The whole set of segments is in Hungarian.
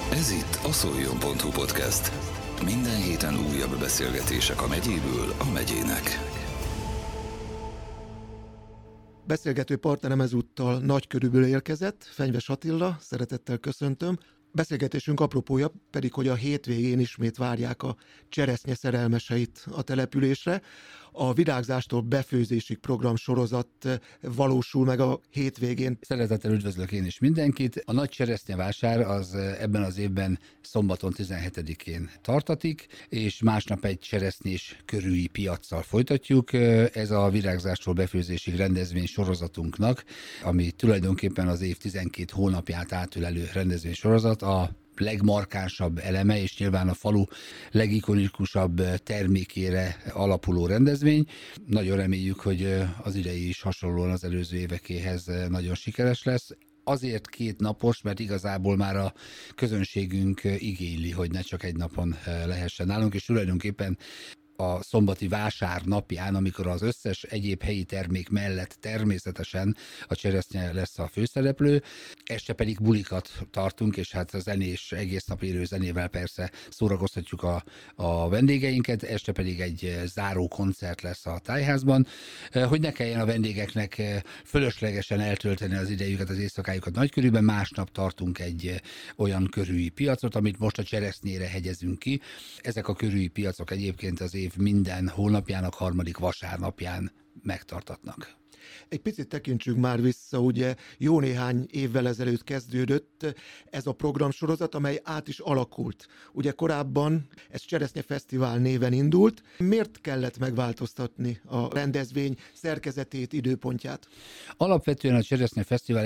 Ez itt a Szoljon.hu podcast. Minden héten újabb beszélgetések a megyéből a megyének. Beszélgető partnerem ezúttal Nagykörűből érkezett, Fenyves Attila, szeretettel köszöntöm. Beszélgetésünk apropója pedig, hogy a hétvégén ismét várják a cseresznye szerelmeseit a településre. A virágzástól befőzésig programsorozat valósul meg a hétvégén. Szeretettel üdvözlök én is mindenkit. A nagy cseresznyevásár az ebben az évben szombaton 17-én tartatik, és másnap egy cseresznyés körüli piaccal folytatjuk. Ez a virágzástól befőzésig rendezvény sorozatunknak, ami tulajdonképpen az év 12 hónapját átölelő rendezvény sorozat, a legmarkánsabb eleme, és nyilván a falu legikonikusabb termékére alapuló rendezvény. Nagyon reméljük, hogy az idei is hasonlóan az előző évekéhez nagyon sikeres lesz. Azért 2 napos, mert igazából már a közönségünk igényli, hogy ne csak egy napon lehessen nálunk, és tulajdonképpen a szombati vásár napján, amikor az összes egyéb helyi termék mellett természetesen a cseresznye lesz a főszereplő, este pedig bulikat tartunk, és hát a zenés, egész nap élő zenével persze szórakoztatjuk a vendégeinket, este pedig egy záró koncert lesz a tájházban, hogy ne kelljen a vendégeknek fölöslegesen eltölteni az idejüket, az éjszakájukat Nagykörűben, másnap tartunk egy olyan körüli piacot, amit most a cseresznyére hegyezünk ki. Ezek a körüli piacok egyébként az év minden hónapjának harmadik vasárnapján megtartatnak. Egy picit tekintsünk már vissza, ugye jó néhány évvel ezelőtt kezdődött ez a programsorozat, amely át is alakult. Ugye korábban ez Cseresznye Fesztivál néven indult. Miért kellett megváltoztatni a rendezvény szerkezetét, időpontját? Alapvetően a Cseresznye Fesztivál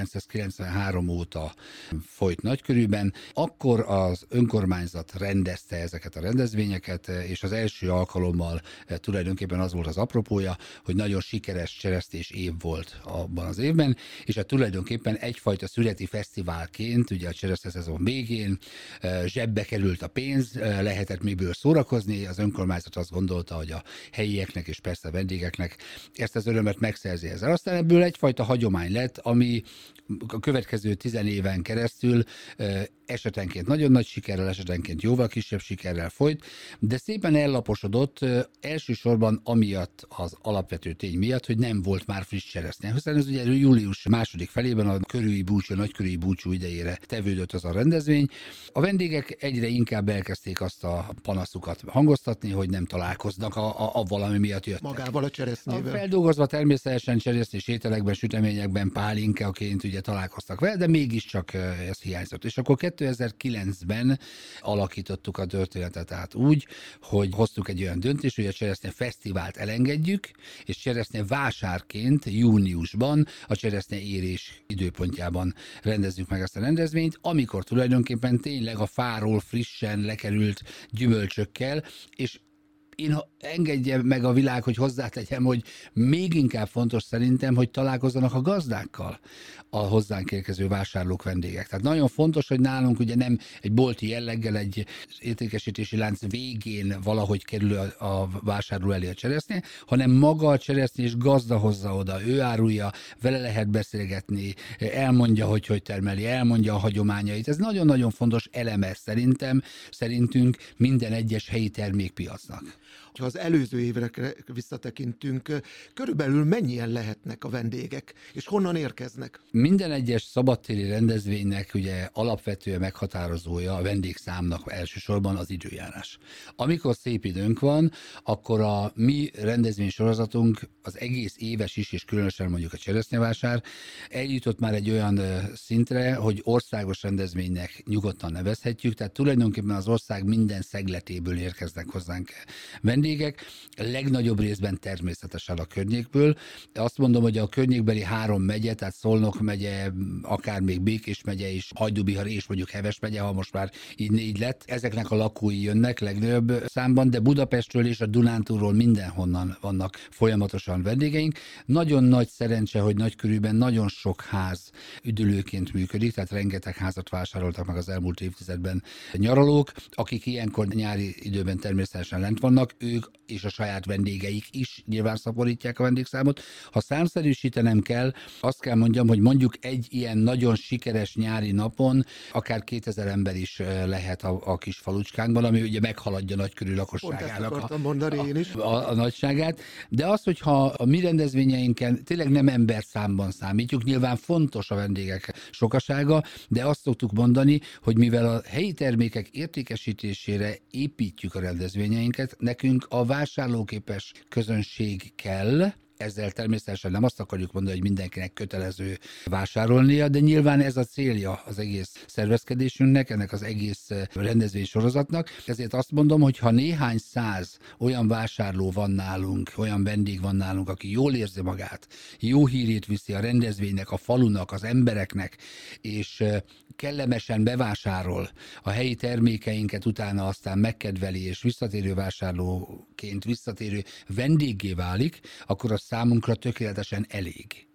1993 óta folyt Nagykörűben. Akkor az önkormányzat rendezte ezeket a rendezvényeket, és az első alkalommal tulajdonképpen az volt az apropója, hogy nagyon sikeres cseresznyés év volt abban az évben, és hát tulajdonképpen egyfajta születi fesztiválként, ugye a cseresznye szezon végén zsebbe került a pénz, lehetett miből szórakozni, az önkormányzat azt gondolta, hogy a helyieknek és persze a vendégeknek ezt az örömet megszerzi ezzel. Aztán ebből egyfajta hagyomány lett, ami a következő 10 éven keresztül esetenként nagyon nagy sikerrel, esetenként jóval kisebb sikerrel folyt, de szépen ellaposodott, elsősorban amiatt az alapvető tény miatt, hogy nem volt már friss cseresznye. Hiszen ez ugye július második felében a körüli búcsú, nagykörüli búcsú idejére tevődött az a rendezvény. A vendégek egyre inkább elkezdték azt a panaszukat hangoztatni, hogy nem találkoznak a valami miatt jöttek. Magával a cseresznyével. Feldolgozva természetesen cseresznyés ételekben, süteményekben, pálinkaként ugye találkoztak vele, de mégiscsak ez hiányzott. És akkor 2009-ben alakítottuk a történetet át úgy, hogy hoztuk egy olyan döntést, hogy a Cseresznye Fesztivált elengedjük, és cseresznye vásárként júniusban a cseresznye érés időpontjában rendezzük meg ezt a rendezvényt, amikor tulajdonképpen tényleg a fáról frissen lekerült gyümölcsökkel, és én engedje meg a világ, hogy hozzátegyem, hogy még inkább fontos szerintem, hogy találkozzanak a gazdákkal a hozzánk érkező vásárlók, vendégek. Tehát nagyon fontos, hogy nálunk ugye nem egy bolti jelleggel, egy értékesítési lánc végén valahogy kerül a vásárló elé a cseresznye, hanem maga a cseresznyés gazda hozza oda, ő árulja, vele lehet beszélgetni, elmondja, hogy termeli, elmondja a hagyományait. Ez nagyon-nagyon fontos eleme szerintünk minden egyes helyi termékpiacnak. Ha az előző évekre visszatekintünk, körülbelül mennyien lehetnek a vendégek, és honnan érkeznek? Minden egyes szabadtéri rendezvénynek ugye alapvetően meghatározója a vendégszámnak elsősorban az időjárás. Amikor szép időnk van, akkor a mi rendezvénysorozatunk az egész éves is, és különösen mondjuk a cseresznyevásár eljutott már egy olyan szintre, hogy országos rendezvénynek nyugodtan nevezhetjük, tehát tulajdonképpen az ország minden szegletéből érkeznek hozzánk vendégek, legnagyobb részben természetesen a környékből. Azt mondom, hogy a környékbeli 3 megye, tehát Szolnok megye, akár még Békés megye is, Hajdú-Bihar és mondjuk Heves megye, ha most már így lett. Ezeknek a lakói jönnek legnagyobb számban, de Budapestről és a Dunántúlról mindenhonnan vannak folyamatosan vendégeink. Nagyon nagy szerencse, hogy Nagykörűben nagyon sok ház üdülőként működik, tehát rengeteg házat vásároltak meg az elmúlt évtizedben nyaralók, akik ilyenkor nyári időben természetesen lent vannak. vannak, ők és a saját vendégeik is nyilván szaporítják a vendégszámot. Ha számszerűsítenem kell, azt kell mondjam, hogy mondjuk egy ilyen nagyon sikeres nyári napon akár 2000 ember is lehet a kis falucskánkban, ami ugye meghaladja nagykörű lakosságának a nagyságát. De az, hogyha a mi rendezvényeinken tényleg nem emberszámban számítjuk, nyilván fontos a vendégek sokasága, de azt szoktuk mondani, hogy mivel a helyi termékek értékesítésére építjük a rendezvényeinket, nekünk a vásárlóképes közönség kell. Ezzel természetesen nem azt akarjuk mondani, hogy mindenkinek kötelező vásárolnia, de nyilván ez a célja az egész szervezkedésünknek, ennek az egész rendezvénysorozatnak. Ezért azt mondom, hogy ha néhány száz olyan vásárló van nálunk, olyan vendég van nálunk, aki jól érzi magát, jó hírét viszi a rendezvénynek, a falunak, az embereknek, és kellemesen bevásárol a helyi termékeinket, utána aztán megkedveli, és visszatérő vásárlóként visszatérő vendéggé válik, akkor a számunkra tökéletesen elég.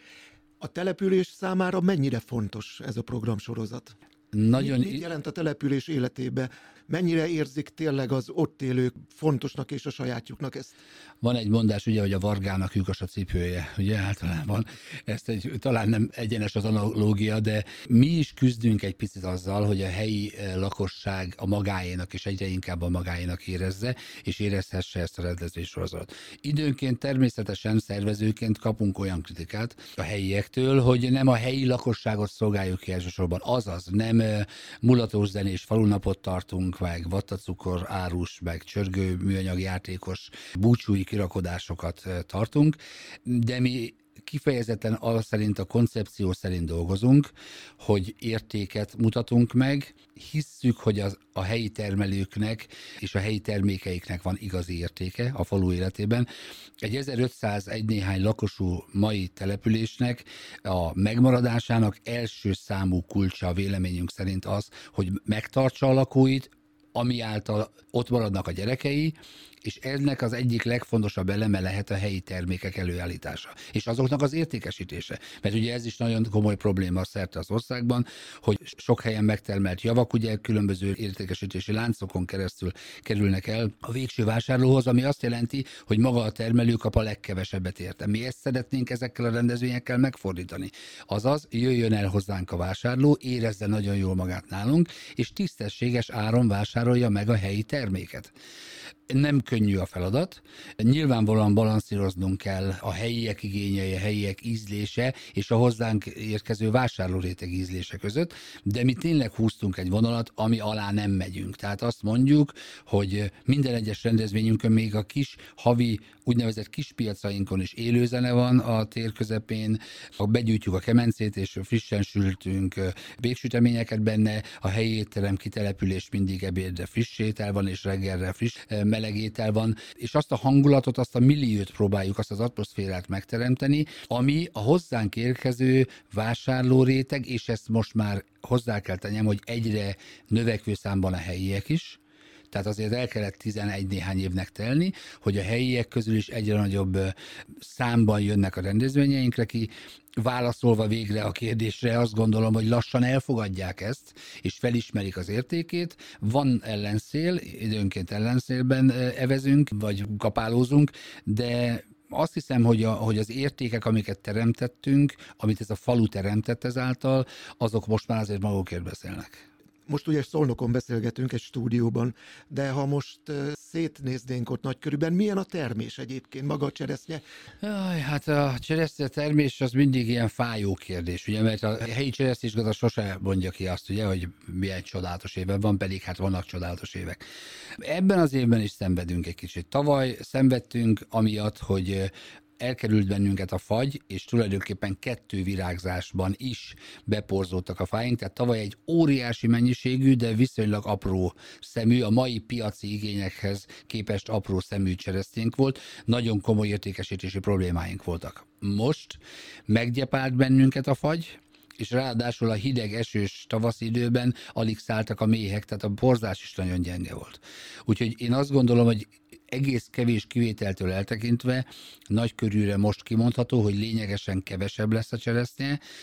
A település számára mennyire fontos ez a programsorozat? Mit jelent a település életébe? Mennyire érzik tényleg az ott élők fontosnak és a sajátjuknak ezt? Van egy mondás, ugye, hogy a vargának lyukas a cipője, ugye általában. Talán nem egyenes az analógia, de mi is küzdünk egy picit azzal, hogy a helyi lakosság a magáénak és egyre inkább a magáénak érezze, és érezhesse ezt a rendezvénysorozatot. Időnként természetesen szervezőként kapunk olyan kritikát a helyiektől, hogy nem a helyi lakosságot szolgáljuk ki elsősorban. Azaz, nem mulatós zenés falunapot tartunk, meg vattacukor árus, meg csörgő műanyag játékos búcsúi kirakodásokat tartunk, de mi kifejezetten az szerint, a koncepció szerint dolgozunk, hogy értéket mutatunk meg, hisszük, hogy a helyi termelőknek és a helyi termékeiknek van igazi értéke a falu életében. Egy 1500 egy néhány lakosú mai településnek a megmaradásának első számú kulcsa a véleményünk szerint az, hogy megtartsa a lakóit, ami által ott maradnak a gyerekei, és ennek az egyik legfontosabb eleme lehet a helyi termékek előállítása, és azoknak az értékesítése. Mert ugye ez is nagyon komoly probléma szerte az országban, hogy sok helyen megtermelt javak ugye különböző értékesítési láncokon keresztül kerülnek el a végső vásárlóhoz, ami azt jelenti, hogy maga a termelő kap a legkevesebbet érte. Mi ezt szeretnénk ezekkel a rendezvényekkel megfordítani. Azaz, jöjjön el hozzánk a vásárló, érezze nagyon jól magát nálunk, és tisztességes áron vásárolja meg a helyi terméket. Nem könnyű a feladat. Nyilvánvalóan balanszíroznunk kell a helyiek igényei, a helyiek ízlése és a hozzánk érkező vásárlóréteg ízlése között, de mi tényleg húztunk egy vonalat, ami alá nem megyünk. Tehát azt mondjuk, hogy minden egyes rendezvényünkön, még a kis havi úgynevezett kispiacainkon is élőzene van a tér közepén, begyűjtjük a kemencét, és frissen sültünk végsüteményeket benne, a helyi étterem kitelepülés mindig ebédre friss étel van, és reggelre friss meleg étel van, és azt a hangulatot, azt a milliót próbáljuk, azt az atmoszférát megteremteni, ami a hozzánk érkező vásárlóréteg, és ezt most már hozzá kell tennem, hogy egyre növekvő számban a helyiek is, tehát azért el kellett 11 néhány évnek telni, hogy a helyiek közül is egyre nagyobb számban jönnek a rendezvényeinkre ki. Válaszolva végre a kérdésre, azt gondolom, hogy lassan elfogadják ezt, és felismerik az értékét. Van ellenszél, időnként ellenszélben evezünk, vagy kapálózunk, de azt hiszem, hogy az értékek, amiket teremtettünk, amit ez a falu teremtett ezáltal, azok most már azért magukért beszélnek. Most ugye Szolnokon beszélgetünk egy stúdióban, de ha most szétnéznénk ott nagykörűben, milyen a termés egyébként, maga a cseresznye? Jaj, hát a cseresznye termés az mindig ilyen fájó kérdés, ugye, mert a helyi cseresznyésgazda sose mondja ki azt, ugye, hogy milyen csodálatos éve van, pedig hát vannak csodálatos évek. Ebben az évben is szenvedünk egy kicsit. Tavaly szenvedtünk amiatt, hogy elkerült bennünket a fagy, és tulajdonképpen 2 virágzásban is beporzódtak a fáink, tehát tavaly egy óriási mennyiségű, de viszonylag apró szemű, a mai piaci igényekhez képest apró szemű cseresznyénk volt, nagyon komoly értékesítési problémáink voltak. Most meggyepált bennünket a fagy, és ráadásul a hideg, esős tavaszi időben alig szálltak a méhek, tehát a porzás is nagyon gyenge volt. Úgyhogy én azt gondolom, hogy egész kevés kivételtől eltekintve nagykörűre most kimondható, hogy lényegesen kevesebb lesz a cseresznye.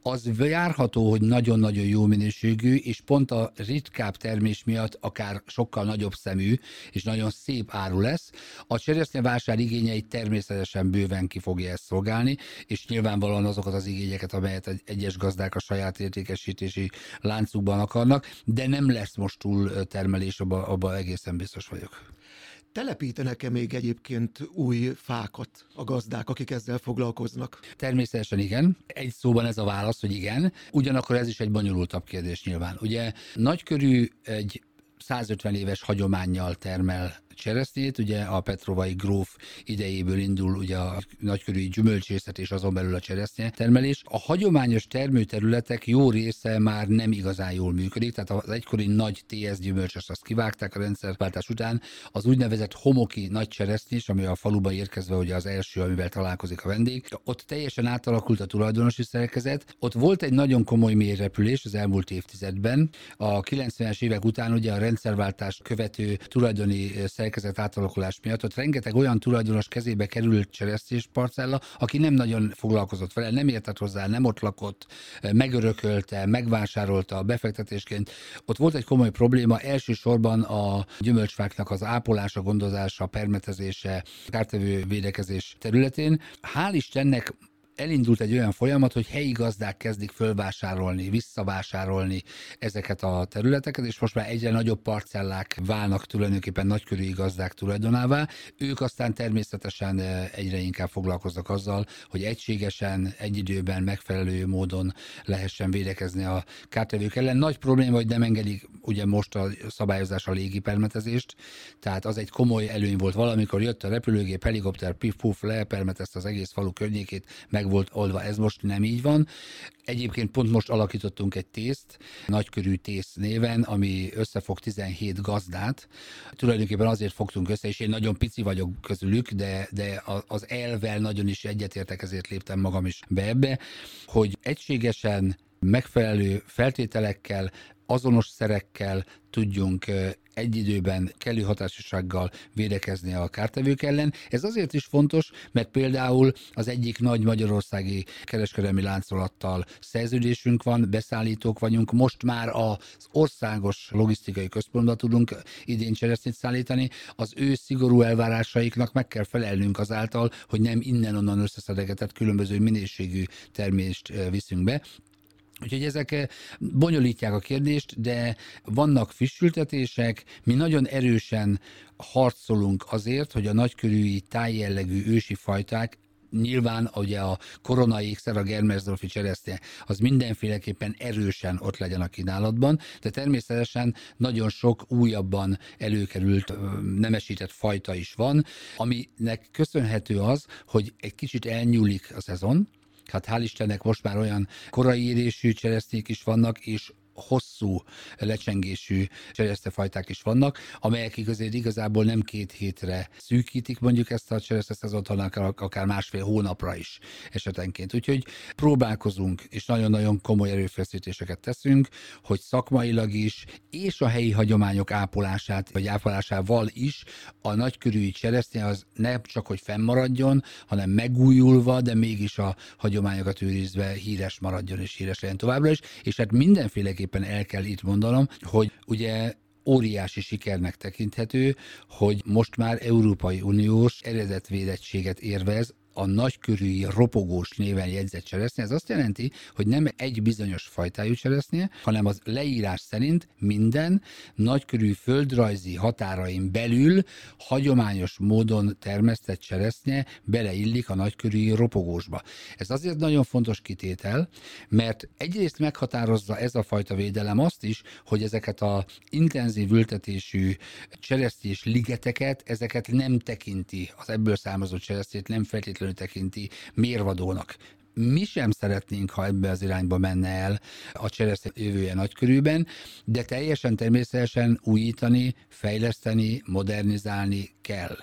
az járható, hogy nagyon-nagyon jó minőségű, és pont a ritkább termés miatt akár sokkal nagyobb szemű, és nagyon szép áru lesz. A cseresznyevásár igényeit természetesen bőven ki fogja ezt szolgálni, és nyilvánvalóan azokat az igényeket, amelyet egyes gazdák a saját értékesítési láncukban akarnak, de nem lesz most túl termelés, abban egészen biztos vagyok. Telepítenek-e még egyébként új fákat a gazdák, akik ezzel foglalkoznak? Természetesen igen. Egy szóban ez a válasz, hogy igen. Ugyanakkor ez is egy bonyolultabb kérdés nyilván. Ugye nagykörű egy 150 éves hagyománnyal termel cseresznyét, ugye a petrovai gróf idejéből indul ugye a nagykörű gyümölcsészet és azon belül a cseresznye termelés. A hagyományos termőterületek jó része már nem igazán jól működik, tehát az egykori nagy TS gyümölcsöst azt kivágták a rendszerváltás után, az úgynevezett homoki nagy cseresznyés, ami a faluba érkezve ugye az első, amivel találkozik a vendég, ott teljesen átalakult a tulajdonosi szerkezet, ott volt egy nagyon komoly mélyrepülés az elmúlt évtizedben, a 90-es évek után ugye a rendszerváltást követő tulajdoni szerkezet átalakulás miatt ott rengeteg olyan tulajdonos kezébe került cseresznyés parcella, aki nem nagyon foglalkozott vele, nem értett hozzá, nem ott lakott, megörökölte, megvásárolta befektetésként. Ott volt egy komoly probléma, elsősorban a gyümölcsfáknak az ápolása, gondozása, permetezése, kártevő védekezés területén. Hál' Istennek elindult egy olyan folyamat, hogy helyi gazdák kezdik fölvásárolni, visszavásárolni ezeket a területeket, és most már egyre nagyobb parcellák válnak tulajdonképpen nagykörű gazdák tulajdonává. Ők aztán természetesen egyre inkább foglalkoznak azzal, hogy egységesen, egy időben, megfelelő módon lehessen védekezni a kártevők ellen. Nagy probléma, hogy nem engedik ugye most a szabályozás a légipermetezést, tehát az egy komoly előny volt. Valamikor jött a repülőgép, helikopter, pif-puf, lepermetezte az egész falu környékét, meg volt oldva. Ez most nem így van. Egyébként pont most alakítottunk egy tészt, nagykörű tész néven, ami összefog 17 gazdát. Tulajdonképpen azért fogtunk össze, és én nagyon pici vagyok közülük, de az elvvel nagyon is egyetértek, ezért léptem magam is be ebbe, hogy egységesen, megfelelő feltételekkel, azonos szerekkel tudjunk egy időben kellő hatásossággal védekezni a kártevők ellen. Ez azért is fontos, mert például az egyik nagy magyarországi kereskedelmi láncolattal szerződésünk van, beszállítók vagyunk, most már az országos logisztikai központba tudunk idén cseresznyét szállítani, az ő szigorú elvárásaiknak meg kell felelnünk azáltal, hogy nem innen-onnan összeszedegetett különböző minőségű termést viszünk be. Úgyhogy ezek bonyolítják a kérdést, de vannak frissültetések, mi nagyon erősen harcolunk azért, hogy a nagykörűi tájjellegű ősi fajták, nyilván ugye a koronai ékszer, a Germersdorfi cseresznye, az mindenféleképpen erősen ott legyen a kínálatban, de természetesen nagyon sok újabban előkerült nemesített fajta is van, aminek köszönhető az, hogy egy kicsit elnyúlik a szezon. Hát hál' Istennek most már olyan korai érésű cseresznyék is vannak, és hosszú lecsengésű cseresznyefajták is vannak, amelyek igazából nem 2 hétre szűkítik mondjuk ezt a cseresznyeszezont, hanem akár másfél hónapra is esetenként. Úgyhogy próbálkozunk, és nagyon-nagyon komoly erőfeszítéseket teszünk, hogy szakmailag is, és a helyi hagyományok ápolását, vagy ápolásával is a nagykörű cseresznye az nem csak, hogy fennmaradjon, hanem megújulva, de mégis a hagyományokat őrizve híres maradjon, és híres legyen továbbra is, és hát mindenféleképpen el kell itt mondanom, hogy ugye óriási sikernek tekinthető, hogy most már Európai Uniós eredetvédettséget érvez a nagykörű ropogós néven jegyzett cseresznye. Ez azt jelenti, hogy nem egy bizonyos fajtájú cseresznye, hanem az leírás szerint minden nagykörű földrajzi határain belül hagyományos módon termesztett cseresznye beleillik a nagykörű ropogósba. Ez azért nagyon fontos kitétel, mert egyrészt meghatározza ez a fajta védelem azt is, hogy ezeket az intenzív ültetésű cseresznyés ligeteket, ezeket nem tekinti, az ebből származó cseresznyét nem feltétlenül tekinti mérvadónak. Mi sem szeretnénk, ha ebbe az irányba menne el a cseresznye jövője nagykörűben, de teljesen természetesen újítani, fejleszteni, modernizálni kell.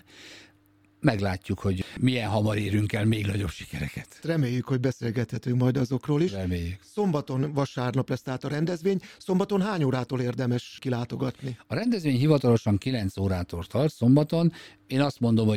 Meglátjuk, hogy milyen hamar érünk el még nagyobb sikereket. Reméljük, hogy beszélgethetünk majd azokról is. Reméljük. Szombaton, vasárnap lesz tehát a rendezvény. Szombaton hány órától érdemes kilátogatni? A rendezvény hivatalosan 9 órától tart szombaton. Én azt mondom, hogy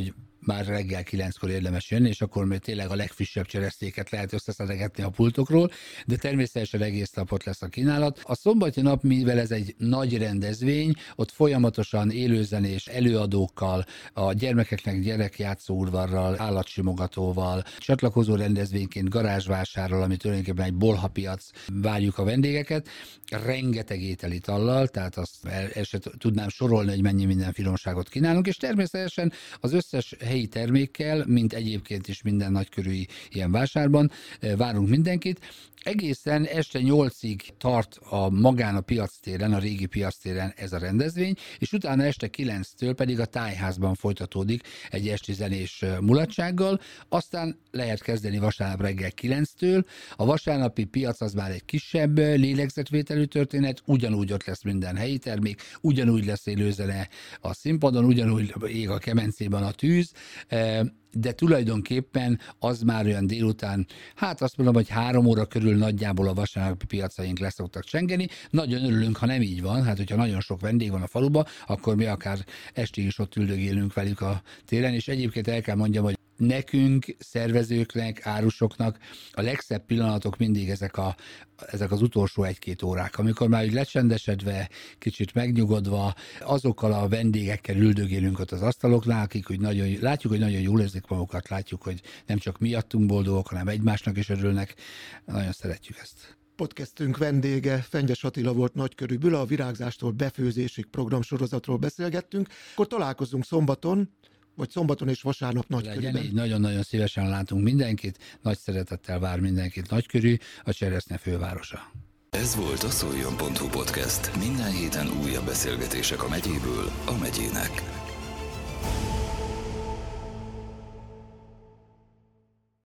már reggel 9-kor érdemes jönni, és akkor még tényleg a legfrissebb cseresztéket lehet összeszedegetni a pultokról, de természetesen egész napot lesz a kínálat. A szombati nap, mivel ez egy nagy rendezvény, ott folyamatosan élőzenés előadókkal, a gyermekeknek gyerekjátszó udvarral, állatsimogatóval, csatlakozó rendezvényként garázsvásárral, ami tulajdonképpen egy bolhapiac, várjuk a vendégeket, rengeteg ételitallal, tehát azt el sem tudnám sorolni, hogy mennyi minden finomságot kínálunk, és természetesen az összes helyi termékkel, mint egyébként is minden nagykörűi ilyen vásárban, várunk mindenkit. Egészen este 8-ig tart magán a piactéren, a régi piactéren ez a rendezvény, és utána este 9-től pedig a tájházban folytatódik egy esti zenés mulatsággal, aztán lehet kezdeni vasárnap reggel 9-től. A vasárnapi piac az már egy kisebb lélegzetvételű történet, ugyanúgy ott lesz minden helyi termék, ugyanúgy lesz élőzene a színpadon, ugyanúgy ég a kemencében a tűz, de tulajdonképpen az már olyan délután, hát azt mondom, hogy 3 óra körül nagyjából a vasárnapi piacaink leszoktak csengeni. Nagyon örülünk, ha nem így van, hát hogyha nagyon sok vendég van a faluba, akkor mi akár estig is ott üldögélünk velük a téren, és egyébként el kell mondjam, hogy nekünk, szervezőknek, árusoknak a legszebb pillanatok mindig ezek az utolsó 1-2 órák, amikor már úgy lecsendesedve, kicsit megnyugodva, azokkal a vendégekkel üldögélünk ott az asztaloknál, akik úgy látjuk, hogy nagyon jól érzik magukat, látjuk, hogy nem csak miattunk boldogok, hanem egymásnak is örülnek. Nagyon szeretjük ezt. Podcastünk vendége Fenyves Attila volt nagykörűből, a virágzástól befőzésig programsorozatról beszélgettünk. Akkor találkozunk szombaton és vasárnap nagykörűben. Legyen így, nagyon-nagyon szívesen látunk mindenkit, nagy szeretettel vár mindenkit Nagykörű, a cseresznye fővárosa. Ez volt a Szoljon.hu podcast. Minden héten újabb beszélgetések a megyéből a megyének.